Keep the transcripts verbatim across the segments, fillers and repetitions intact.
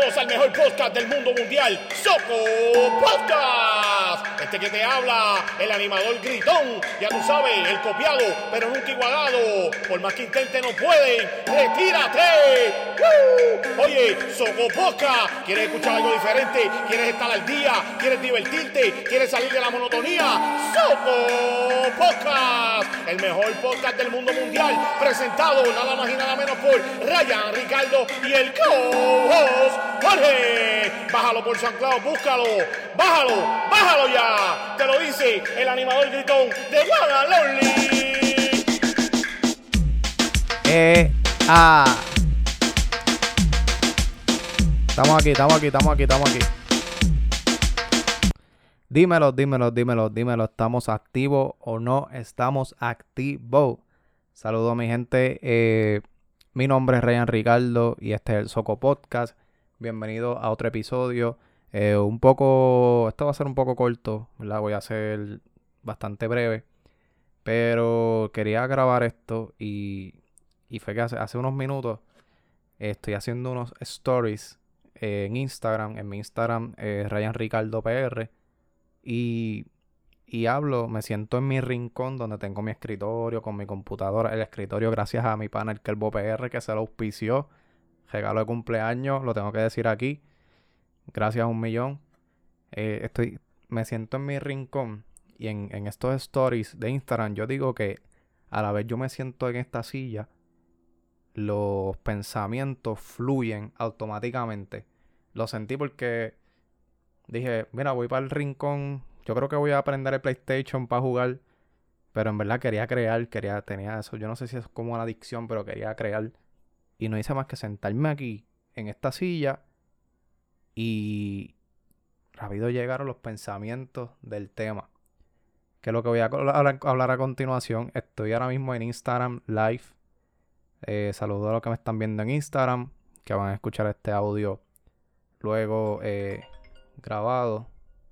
todos al mejor podcast del mundo mundial, Soco Podcast. Este que te habla, el animador gritón, ya tú sabes, el copiado, pero nunca igualado. Por más que intente no pueden, retírate. ¡Woo! Oye, Soco Podcast, ¿quieres escuchar algo diferente? ¿Quieres estar al día? ¿Quieres divertirte? ¿Quieres salir de la monotonía? Soco Podcast, el mejor podcast del mundo mundial, presentado nada más y nada menos por Ryan, Ricardo y el co-host Jorge. Bájalo por SoundCloud, búscalo, bájalo, bájalo ya. Te lo dice el animador gritón de One and Lonely. Eh, ah. Estamos aquí, estamos aquí, estamos aquí, estamos aquí. Dímelo, dímelo, dímelo, dímelo. ¿Estamos activos o no estamos activos? Saludos a mi gente. Eh, mi nombre es Ryan Ricardo y este es el Soco Podcast. Bienvenido a otro episodio. Eh, un poco, esto va a ser un poco corto, ¿verdad? Voy a hacer bastante breve. Pero quería grabar esto y, y fue que hace, hace unos minutos estoy haciendo unos stories eh, en Instagram. En mi Instagram, eh, Ryan Ricardo P R. Y, y hablo, me siento en mi rincón donde tengo mi escritorio con mi computadora. El escritorio gracias a mi pana el Kelbo P R que se lo auspició. Regalo de cumpleaños, lo tengo que decir aquí. Gracias a un millón. Eh, estoy, me siento en mi rincón y en, en estos stories de Instagram yo digo que a la vez yo me siento en esta silla, los pensamientos fluyen automáticamente. Lo sentí porque dije, mira, voy para el rincón. Yo creo que voy a aprender el PlayStation para jugar. Pero en verdad quería crear, quería, tenía eso. Yo no sé si es como una adicción, pero quería crear. Y no hice más que sentarme aquí, en esta silla. Y rápido llegaron los pensamientos del tema. Que es lo que voy a hablar, hablar a continuación. Estoy ahora mismo en Instagram Live. Eh, saludo a los que me están viendo en Instagram, que van a escuchar este audio luego eh, grabado.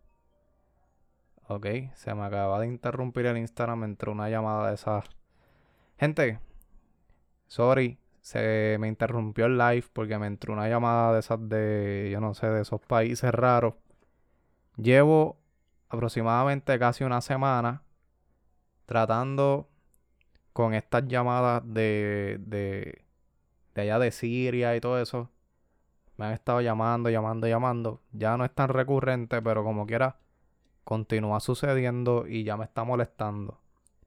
Ok, se me acaba de interrumpir el Instagram, me entró una llamada de esas. Gente, sorry, se me interrumpió el live porque me entró una llamada de esas de, yo no sé, de esos países raros. Llevo aproximadamente casi una semana tratando con estas llamadas de, de, de allá de Siria y todo eso. Me han estado llamando, llamando, llamando. Ya no es tan recurrente, pero como quiera continúa sucediendo y ya me está molestando.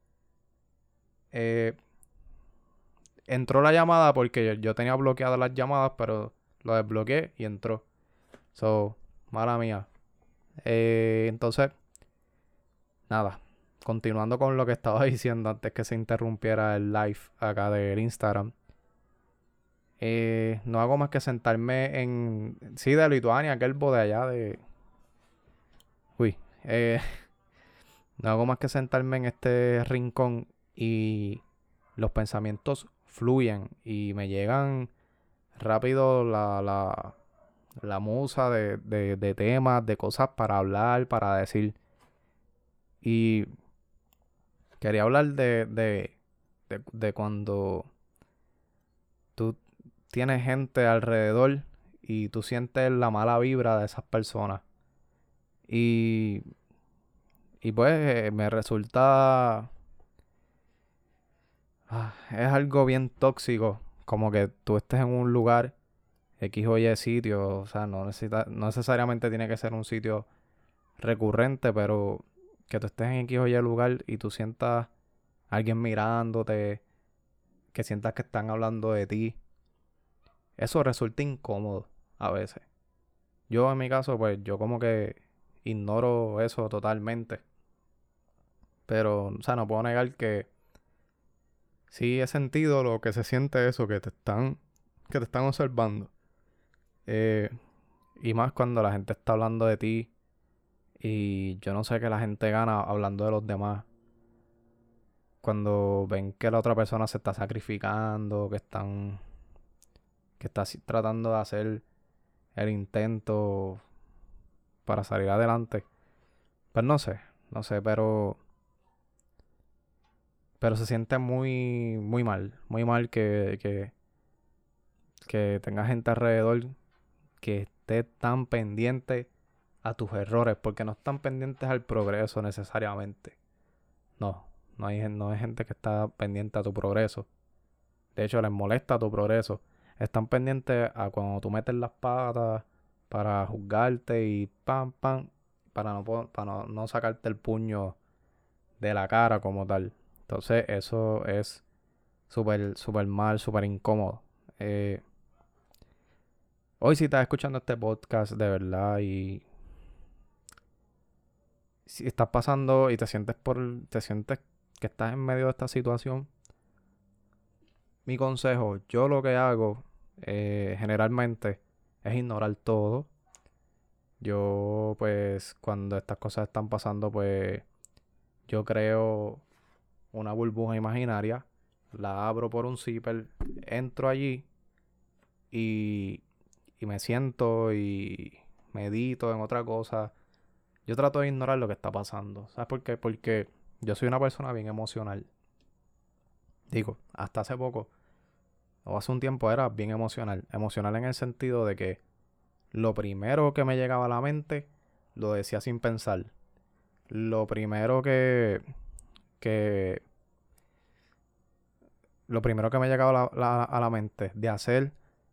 Eh, entró la llamada porque yo, yo tenía bloqueadas las llamadas, pero lo desbloqueé y entró. So, mala mía. Eh, entonces, nada. Continuando con lo que estaba diciendo antes que se interrumpiera el live acá del Instagram. Eh, no hago más que sentarme en... Sí, de Lituania, aquel bo de allá de... Uy. Eh, no hago más que sentarme en este rincón y los pensamientos fluyen y me llegan rápido la, la, la musa de, de, de temas, de cosas para hablar, para decir. Y quería hablar de, de, de, de cuando tú tienes gente alrededor y tú sientes la mala vibra de esas personas. Y, y pues eh, me resulta... ah, es algo bien tóxico. Como que tú estés en un lugar X o Y sitio. O sea, no, necesita, no necesariamente tiene que ser un sitio recurrente, pero que tú estés en X o Y lugar y tú sientas a alguien mirándote, que sientas que están hablando de ti. Eso resulta incómodo a veces. Yo en mi caso, pues yo como que ignoro eso totalmente. Pero, o sea, no puedo negar que sí he sentido lo que se siente eso, que te están, que te están observando. Eh, y más cuando la gente está hablando de ti y yo no sé que la gente gana hablando de los demás. Cuando ven que la otra persona se está sacrificando, que están, que está tratando de hacer el intento para salir adelante. Pues no sé, no sé, pero pero se siente muy muy mal, muy mal que que que tenga gente alrededor que estés tan pendiente a tus errores, porque no están pendientes al progreso necesariamente. No, no hay, no hay gente que está pendiente a tu progreso. De hecho, les molesta tu progreso. Están pendientes a cuando tú metes las patas para juzgarte y pam, pam, para no, para no, no sacarte el puño de la cara como tal. Entonces, eso es súper, súper mal, súper incómodo. Eh, hoy si estás escuchando este podcast de verdad y si estás pasando y te sientes por, te sientes que estás en medio de esta situación, mi consejo, yo lo que hago eh, generalmente es ignorar todo. Yo pues cuando estas cosas están pasando pues yo creo una burbuja imaginaria, la abro por un zipper, entro allí y, y me siento y medito en otra cosa. Yo trato de ignorar lo que está pasando. ¿Sabes por qué? Porque yo soy una persona bien emocional. Digo, hasta hace poco, o hace un tiempo era bien emocional. Emocional en el sentido de que lo primero que me llegaba a la mente, lo decía sin pensar. Lo primero que... que lo primero que me llegaba a la, la, a la mente de hacer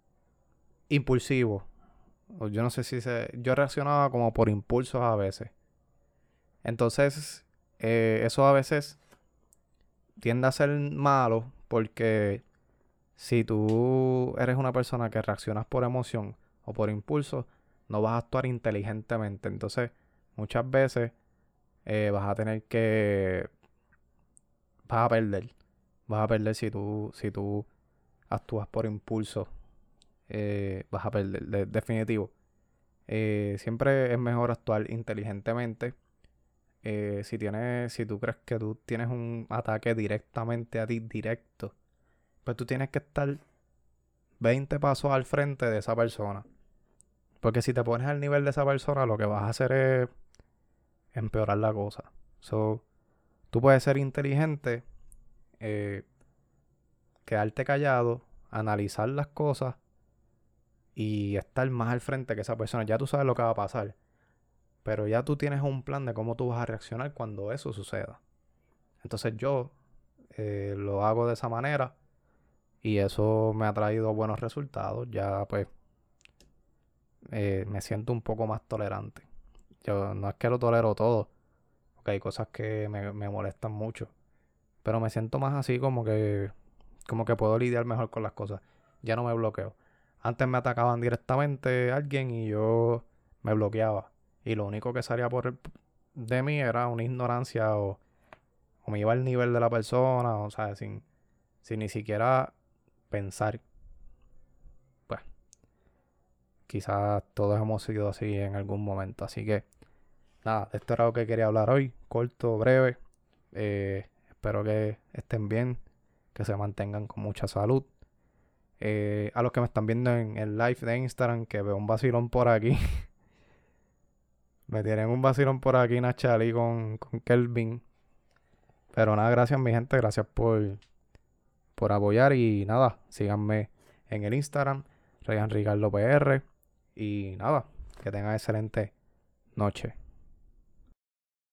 impulsivo. Yo no sé si se... Yo reaccionaba como por impulsos a veces. Entonces, eh, eso a veces tiende a ser malo porque si tú eres una persona que reaccionas por emoción o por impulso, no vas a actuar inteligentemente. Entonces, muchas veces eh, vas a tener que... Vas a perder. Vas a perder si tú, si tú actúas por impulso. Eh, vas a perder, de, definitivo. Eh, siempre es mejor actuar inteligentemente. Eh, si tienes, si tú crees que tú tienes un ataque directamente a ti, directo, pues tú tienes que estar veinte pasos al frente de esa persona. Porque si te pones al nivel de esa persona, lo que vas a hacer es empeorar la cosa. So, tú puedes ser inteligente, eh, quedarte callado, analizar las cosas y estar más al frente que esa persona. Ya tú sabes lo que va a pasar, pero ya tú tienes un plan de cómo tú vas a reaccionar cuando eso suceda. Entonces yo eh, lo hago de esa manera y eso me ha traído buenos resultados. Ya pues eh, me siento un poco más tolerante. Yo no es que lo tolero todo, porque hay cosas que me, me molestan mucho, pero me siento más así como que como que puedo lidiar mejor con las cosas. Ya no me bloqueo. Antes me atacaban directamente a alguien y yo me bloqueaba. Y lo único que salía por el, de mí era una ignorancia o, o me iba al nivel de la persona, o sea, sin, sin ni siquiera pensar. Pues, quizás todos hemos sido así en algún momento. Así que, nada, de esto era lo que quería hablar hoy. Corto, breve. Eh, espero que estén bien, que se mantengan con mucha salud. Eh, a los que me están viendo en el live de Instagram, que veo un vacilón por aquí. Me tienen un vacilón por aquí, Nachali con, con Kelvin. Pero nada, gracias mi gente, gracias por, por apoyar. Y nada, síganme en el Instagram, Ryan Ricardo P R. Y nada, que tengan excelente noche.